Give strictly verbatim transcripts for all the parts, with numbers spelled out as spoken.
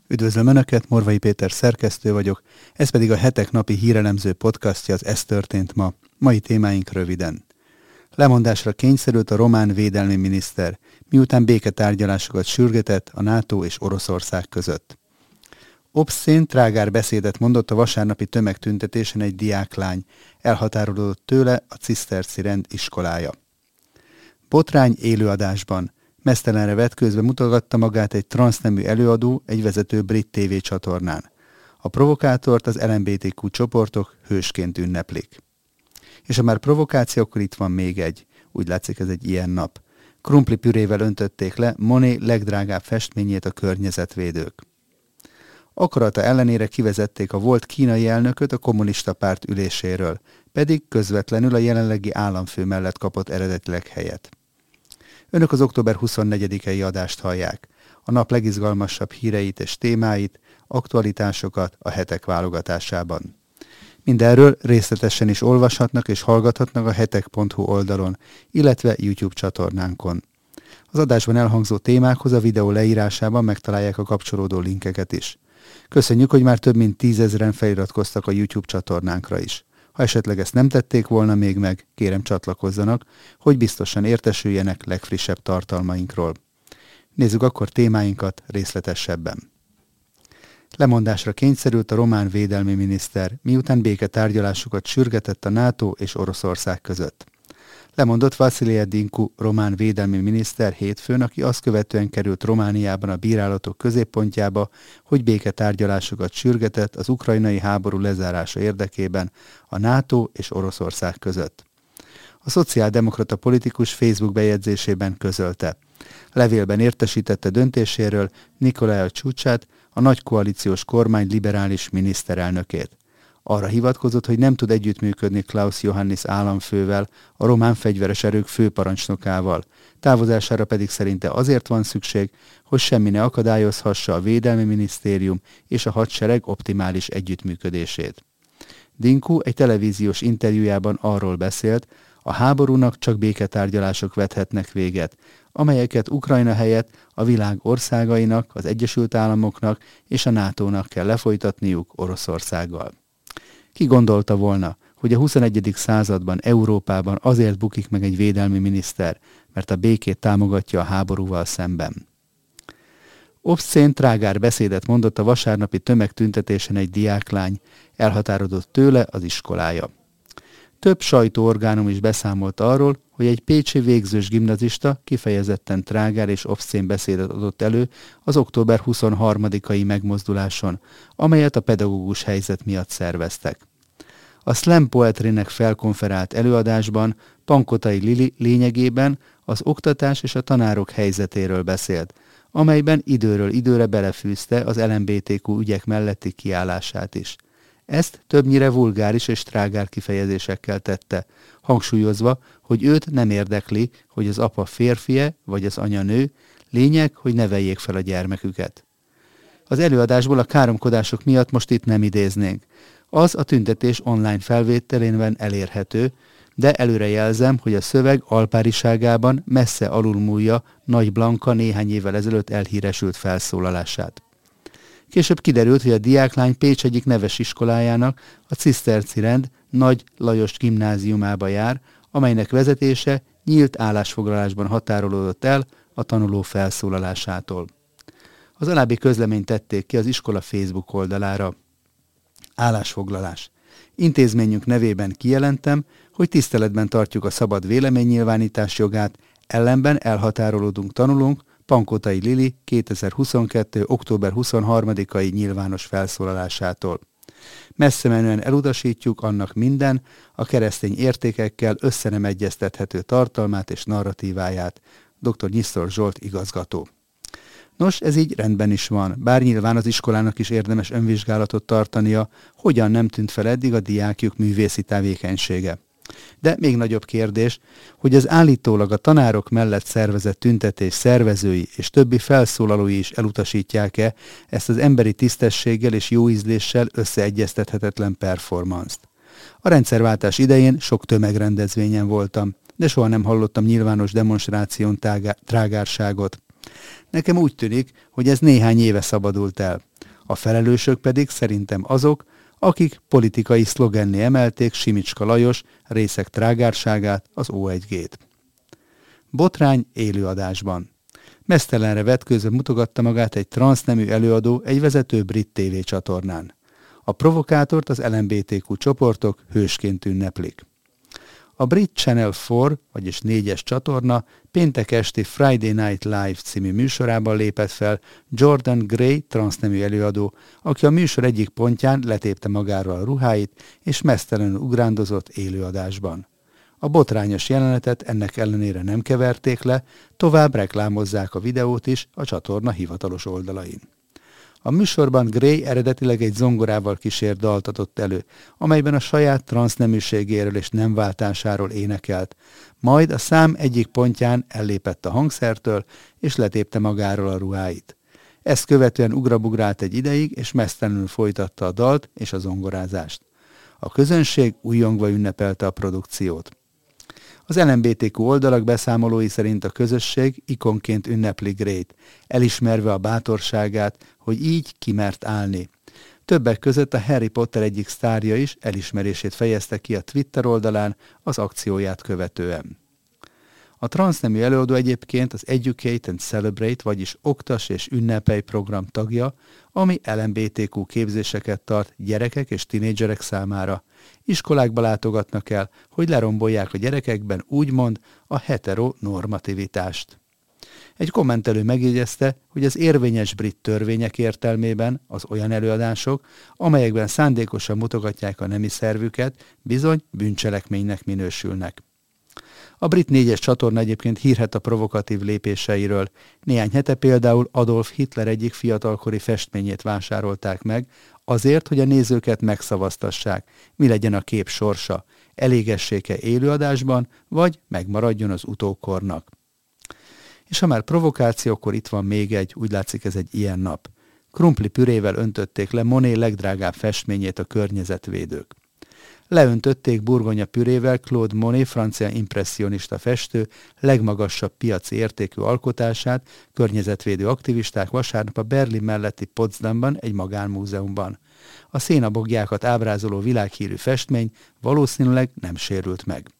Üdvözlöm Önöket, Morvai Péter szerkesztő vagyok, ez pedig a hetek napi hírelemző podcastja, az Ez történt ma. Mai témáink röviden. Lemondásra kényszerült a román védelmi miniszter, miután béketárgyalásokat sürgetett a NATO és Oroszország között. Obszén, trágár beszédet mondott a vasárnapi tömegtüntetésen egy diáklány, elhatárolódott tőle a ciszterci rend iskolája. Botrány élőadásban. Meztelenre vetkőzve mutogatta magát egy transznemű előadó egy vezető brit tévécsatornán. A provokátort az el em bé té kú csoportok hősként ünneplik. És ha már provokáció, akkor itt van még egy. Úgy látszik, ez egy ilyen nap. Krumpli pürével öntötték le Monet legdrágább festményét a környezetvédők. Akarata ellenére kivezették a volt kínai elnököt a kommunista párt üléséről, pedig közvetlenül a jelenlegi államfő mellett kapott eredetileg helyet. Önök az október huszonnegyedikei adást hallják. A nap legizgalmasabb híreit és témáit, aktualitásokat a hetek válogatásában. Mindenről részletesen is olvashatnak és hallgathatnak a hetek pont hu oldalon, illetve YouTube csatornánkon. Az adásban elhangzó témákhoz a videó leírásában megtalálják a kapcsolódó linkeket is. Köszönjük, hogy már több mint tízezren feliratkoztak a YouTube csatornánkra is. Ha esetleg ezt nem tették volna még meg, kérem csatlakozzanak, hogy biztosan értesüljenek legfrissebb tartalmainkról. Nézzük akkor témáinkat részletesebben. Lemondásra kényszerült a román védelmi miniszter, miután béketárgyalásokat sürgetett a NATO és Oroszország között. Lemondott Vasilije Dinku román védelmi miniszter hétfőn, aki azt követően került Romániában a bírálatok középpontjába, hogy béketárgyalásokat sürgetett az ukrajnai háború lezárása érdekében a NATO és Oroszország között. A szociáldemokrata politikus Facebook bejegyzésében közölte. Levélben értesítette döntéséről Nicolae Ciuccat, a nagy koalíciós kormány liberális miniszterelnökét. Arra hivatkozott, hogy nem tud együttműködni Klaus Johannis államfővel, a román fegyveres erők főparancsnokával. Távozására pedig szerinte azért van szükség, hogy semmi ne akadályozhassa a Védelmi Minisztérium és a hadsereg optimális együttműködését. Dinku egy televíziós interjújában arról beszélt, a háborúnak csak béketárgyalások vethetnek véget, amelyeket Ukrajna helyett a világ országainak, az Egyesült Államoknak és a nátónak kell lefolytatniuk Oroszországgal. Ki gondolta volna, hogy a huszonegyedik században Európában azért bukik meg egy védelmi miniszter, mert a békét támogatja a háborúval szemben. Obszén, trágár beszédet mondott a vasárnapi tömegtüntetésen egy diáklány, elhatárolódott tőle az iskolája. Több sajtóorgánum is beszámolt arról, hogy egy pécsi végzős gimnazista kifejezetten trágár és obszén beszédet adott elő az október huszonharmadikai megmozduláson, amelyet a pedagógus helyzet miatt szerveztek. A slam poetrynek felkonferált előadásban Pankotai Lili lényegében az oktatás és a tanárok helyzetéről beszélt, amelyben időről időre belefűzte az el em bé té kú ügyek melletti kiállását is. Ezt többnyire vulgáris és trágár kifejezésekkel tette, hangsúlyozva, hogy őt nem érdekli, hogy az apa férfie vagy az anya nő, lényeg, hogy neveljék fel a gyermeküket. Az előadásból a káromkodások miatt most itt nem idéznénk. Az a tüntetés online felvételénben elérhető, de előre jelzem, hogy a szöveg alpáriságában messze alulmúlja Nagy Blanka néhány évvel ezelőtt elhíresült felszólalását. Később kiderült, hogy a diáklány Pécs egyik neves iskolájának, a ciszterci rend Nagy Lajos gimnáziumába jár, amelynek vezetése nyílt állásfoglalásban határolódott el a tanuló felszólalásától. Az alábbi közleményt tették ki az iskola Facebook oldalára. Állásfoglalás. Intézményünk nevében kijelentem, hogy tiszteletben tartjuk a szabad véleménynyilvánítás jogát, ellenben elhatárolódunk tanulónk Pankotai Lili kétezer-huszonkettő. október huszonharmadikai nyilvános felszólalásától. Messze menően elutasítjuk annak minden, a keresztény értékekkel össze nem egyeztethető tartalmát és narratíváját. dr. Nyisztor Zsolt igazgató. Nos, ez így rendben is van, bár nyilván az iskolának is érdemes önvizsgálatot tartania, hogyan nem tűnt fel eddig a diákjuk művészi tevékenysége. De még nagyobb kérdés, hogy az állítólag a tanárok mellett szervezett tüntetés szervezői és többi felszólalói is elutasítják-e ezt az emberi tisztességgel és jó ízléssel összeegyeztethetetlen performanszt. A rendszerváltás idején sok tömegrendezvényen voltam, de soha nem hallottam nyilvános demonstráción tágá- trágárságot. Nekem úgy tűnik, hogy ez néhány éve szabadult el. A felelősök pedig szerintem azok, akik politikai szlogenné emelték Simicska Lajos részek trágárságát, az ó egy gét. Botrány élőadásban. Meztelenre vetkőzve mutogatta magát egy transznemű előadó egy vezető brit tévécsatornán. A provokátort az el em bé té kú csoportok hősként ünneplik. A brit Channel négy, vagyis négyes csatorna péntek esti Friday Night Live című műsorában lépett fel Jordan Gray transznemű előadó, aki a műsor egyik pontján letépte magáról a ruháit és meztelenül ugrándozott élőadásban. A botrányos jelenetet ennek ellenére nem keverték le, tovább reklámozzák a videót is a csatorna hivatalos oldalain. A műsorban Gray eredetileg egy zongorával kísért dalt adott elő, amelyben a saját transzneműségéről és nemváltásáról énekelt, majd a szám egyik pontján ellépett a hangszertől és letépte magáról a ruháit. Ezt követően ugrabugrált egy ideig, és meztelenül folytatta a dalt és a zongorázást. A közönség újjongva ünnepelte a produkciót. Az el em bé té kú oldalak beszámolói szerint a közösség ikonként ünnepli Grayt, elismerve a bátorságát, hogy így kimert állni. Többek között a Harry Potter egyik sztárja is elismerését fejezte ki a Twitter oldalán az akcióját követően. A transznemű előadó egyébként az Educate and Celebrate, vagyis Oktass és Ünnepelj program tagja, ami el em bé té kú képzéseket tart gyerekek és tinédzserek számára. Iskolákba látogatnak el, hogy lerombolják a gyerekekben úgymond a heteronormativitást. Egy kommentelő megjegyezte, hogy az érvényes brit törvények értelmében az olyan előadások, amelyekben szándékosan mutogatják a nemi szervüket, bizony bűncselekménynek minősülnek. A brit négyes csatorna egyébként hírhet a provokatív lépéseiről. Néhány hete például Adolf Hitler egyik fiatalkori festményét vásárolták meg, azért, hogy a nézőket megszavaztassák, mi legyen a kép sorsa, elégessék-e élőadásban, vagy megmaradjon az utókornak. És ha már provokáció, akkor itt van még egy, úgy látszik ez egy ilyen nap. Krumpli pürével öntötték le Monet legdrágább festményét a környezetvédők. Leöntötték burgonya pürével Claude Monet, francia impresszionista festő, legmagasabb piaci értékű alkotását környezetvédő aktivisták vasárnap a Berlin melletti Potsdamban egy magánmúzeumban. A szénaboglyákat ábrázoló világhírű festmény valószínűleg nem sérült meg.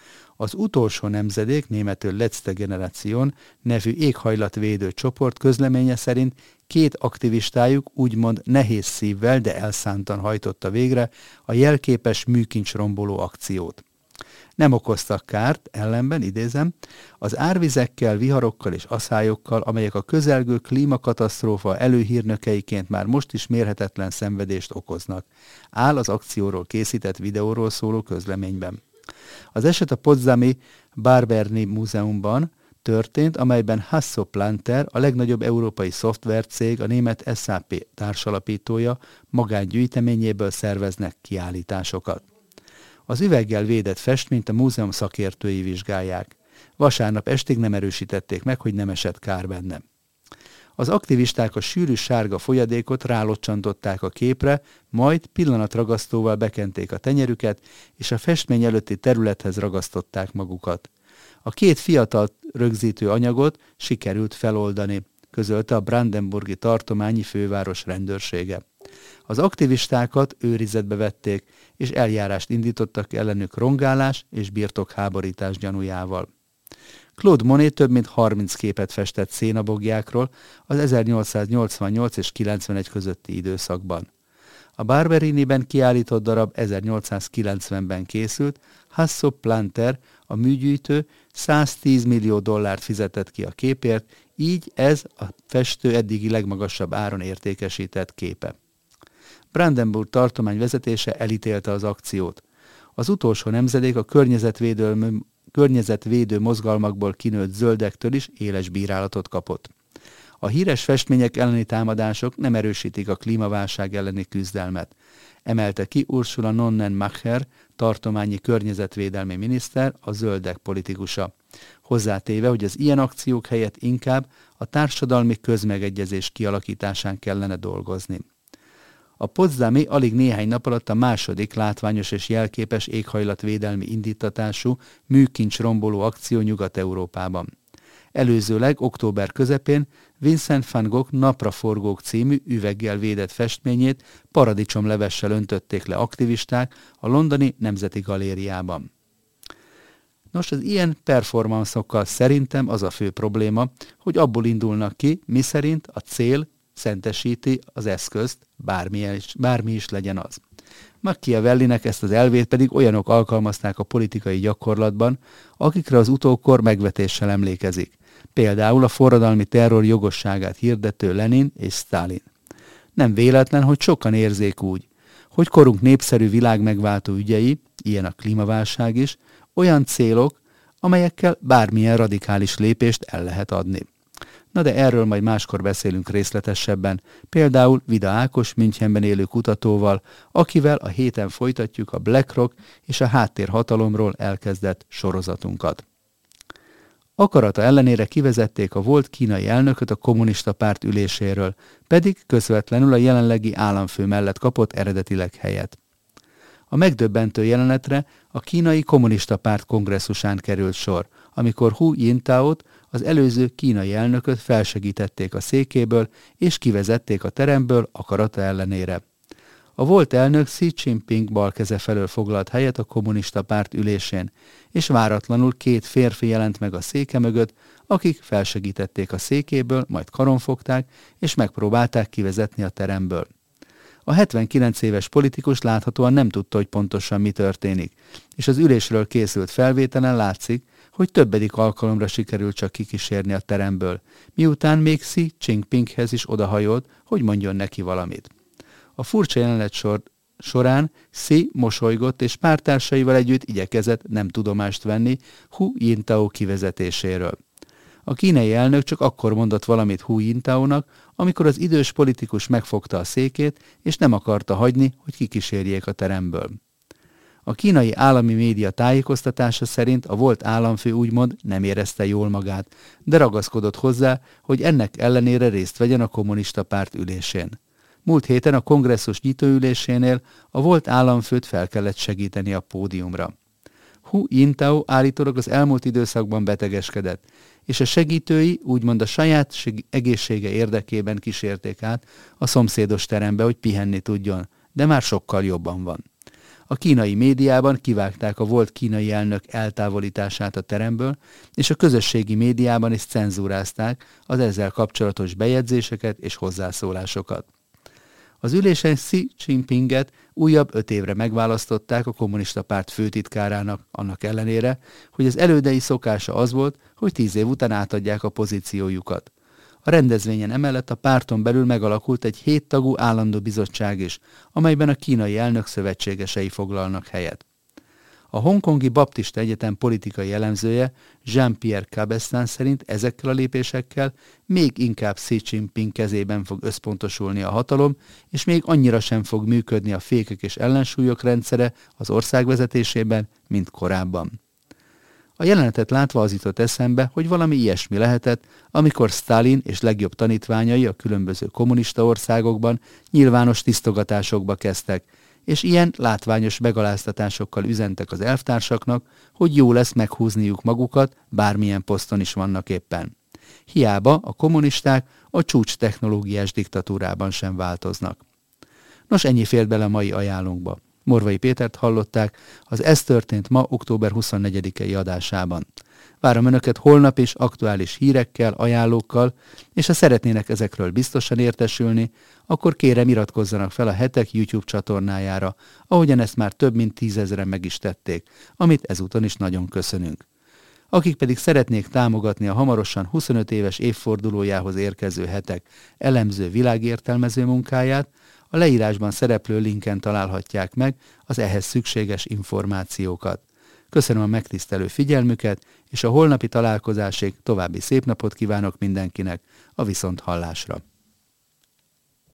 Az utolsó nemzedék, németül Letzte Generation nevű éghajlatvédő csoport közleménye szerint két aktivistájuk úgymond nehéz szívvel, de elszántan hajtotta végre a jelképes műkincsromboló akciót. Nem okoztak kárt, ellenben, idézem, az árvizekkel, viharokkal és aszályokkal, amelyek a közelgő klímakatasztrófa előhírnökeiként már most is mérhetetlen szenvedést okoznak, áll az akcióról készített videóról szóló közleményben. Az eset a potsdami Barberni múzeumban történt, amelyben Hasso Planter, a legnagyobb európai szoftvercég, a német es á pé társalapítója magángyűjteményéből szerveznek kiállításokat. Az üveggel védett festményt a múzeum szakértői vizsgálják. Vasárnap estig nem erősítették meg, hogy nem esett kár benne. Az aktivisták a sűrű sárga folyadékot rálocsantották a képre, majd pillanatragasztóval bekenték a tenyerüket, és a festmény előtti területhez ragasztották magukat. A két fiatal rögzítő anyagot sikerült feloldani, közölte a brandenburgi tartományi főváros rendőrsége. Az aktivistákat őrizetbe vették, és eljárást indítottak ellenük rongálás és birtokháborítás gyanújával. Claude Monet több mint harminc képet festett szénaboglyákról az ezernyolcszáznyolcvannyolc és kilencvenegy közötti időszakban. A Barberiniben kiállított darab ezernyolcszázkilencvenben készült, Hasso Planter, a műgyűjtő száztíz millió dollárt fizetett ki a képért, így ez a festő eddigi legmagasabb áron értékesített képe. Brandenburg tartomány vezetése elítélte az akciót. Az utolsó nemzedék a környezetvédő, környezetvédő mozgalmakból kinőtt zöldektől is éles bírálatot kapott. A híres festmények elleni támadások nem erősítik a klímaválság elleni küzdelmet, emelte ki Ursula Nonnenmacher, tartományi környezetvédelmi miniszter, a zöldek politikusa. Hozzátéve, hogy az ilyen akciók helyett inkább a társadalmi közmegegyezés kialakításán kellene dolgozni. A potsdami alig néhány nap alatt a második látványos és jelképes éghajlatvédelmi indítatású műkincs romboló akció Nyugat-Európában. Előzőleg október közepén Vincent van Gogh Napraforgók című üveggel védett festményét paradicsomlevessel öntötték le aktivisták a londoni Nemzeti Galériában. Nos, az ilyen performanszokkal szerintem az a fő probléma, hogy abból indulnak ki, miszerint a cél szentesíti az eszközt, bármi is, bármi is legyen az. Machiavellinek ezt az elvét pedig olyanok alkalmazták a politikai gyakorlatban, akikre az utókor megvetéssel emlékezik. Például a forradalmi terror jogosságát hirdető Lenin és Sztálin. Nem véletlen, hogy sokan érzék úgy, hogy korunk népszerű világmegváltó ügyei, ilyen a klímaválság is, olyan célok, amelyekkel bármilyen radikális lépést el lehet adni. Na de erről majd máskor beszélünk részletesebben, például Vida Ákos Münchenben élő kutatóval, akivel a héten folytatjuk a BlackRock és a háttérhatalomról elkezdett sorozatunkat. Akarata ellenére kivezették a volt kínai elnököt a kommunista párt üléséről, pedig közvetlenül a jelenlegi államfő mellett kapott eredetileg helyet. A megdöbbentő jelenetre a kínai kommunista párt kongresszusán került sor, amikor Hu Jintaót, az előző kínai elnököt felsegítették a székéből, és kivezették a teremből akarata ellenére. A volt elnök Xi Jinping bal keze felől foglalt helyet a kommunista párt ülésén, és váratlanul két férfi jelent meg a széke mögött, akik felsegítették a székéből, majd karon fogták, és megpróbálták kivezetni a teremből. A hetvenkilenc éves politikus láthatóan nem tudta, hogy pontosan mi történik, és az ülésről készült felvételen látszik, hogy többedik alkalomra sikerült csak kikísérni a teremből, miután még Xi Jinpinghez is odahajolt, hogy mondjon neki valamit. A furcsa jelenet sor, során Xi mosolygott, és pártársaival együtt igyekezett nem tudomást venni Hu Jintao kivezetéséről. A kínai elnök csak akkor mondott valamit Hu Jintaónak, amikor az idős politikus megfogta a székét, és nem akarta hagyni, hogy kikísérjék a teremből. A kínai állami média tájékoztatása szerint a volt államfő úgymond nem érezte jól magát, de ragaszkodott hozzá, hogy ennek ellenére részt vegyen a kommunista párt ülésén. Múlt héten a kongresszus nyitóülésénél a volt államfőt fel kellett segíteni a pódiumra. Hu Jintao állítólag az elmúlt időszakban betegeskedett, és a segítői úgymond a saját egészsége érdekében kísérték át a szomszédos terembe, hogy pihenni tudjon, de már sokkal jobban van. A kínai médiában kivágták a volt kínai elnök eltávolítását a teremből, és a közösségi médiában is cenzúrázták az ezzel kapcsolatos bejegyzéseket és hozzászólásokat. Az ülésen Xi Jinpinget újabb öt évre megválasztották a kommunista párt főtitkárának, annak ellenére, hogy az elődei szokása az volt, hogy tíz év után átadják a pozíciójukat. A rendezvényen emellett a párton belül megalakult egy héttagú állandó bizottság is, amelyben a kínai elnök szövetségesei foglalnak helyet. A hongkongi Baptista Egyetem politikai elemzője Jean-Pierre Cabestan szerint ezekkel a lépésekkel még inkább Xi Jinping kezében fog összpontosulni a hatalom, és még annyira sem fog működni a fékek és ellensúlyok rendszere az ország vezetésében, mint korábban. A jelenetet látva az jutott eszembe, hogy valami ilyesmi lehetett, amikor Sztálin és legjobb tanítványai a különböző kommunista országokban nyilvános tisztogatásokba kezdtek, és ilyen látványos megaláztatásokkal üzentek az elvtársaknak, hogy jó lesz meghúzniuk magukat, bármilyen poszton is vannak éppen. Hiába a kommunisták a csúcs technológiás diktatúrában sem változnak. Nos, ennyi fért bele a mai ajánlónkba. Morvai Pétert hallották az Ez történt ma október huszonnegyedikei adásában. Várom Önöket holnap is aktuális hírekkel, ajánlókkal, és ha szeretnének ezekről biztosan értesülni, akkor kérem iratkozzanak fel a Hetek YouTube csatornájára, ahogyan ezt már több mint tízezren meg is tették, amit ezúton is nagyon köszönünk. Akik pedig szeretnék támogatni a hamarosan huszonöt éves évfordulójához érkező Hetek elemző világértelmező munkáját, a leírásban szereplő linken találhatják meg az ehhez szükséges információkat. Köszönöm a megtisztelő figyelmüket, és a holnapi találkozásig további szép napot kívánok mindenkinek, a viszonthallásra.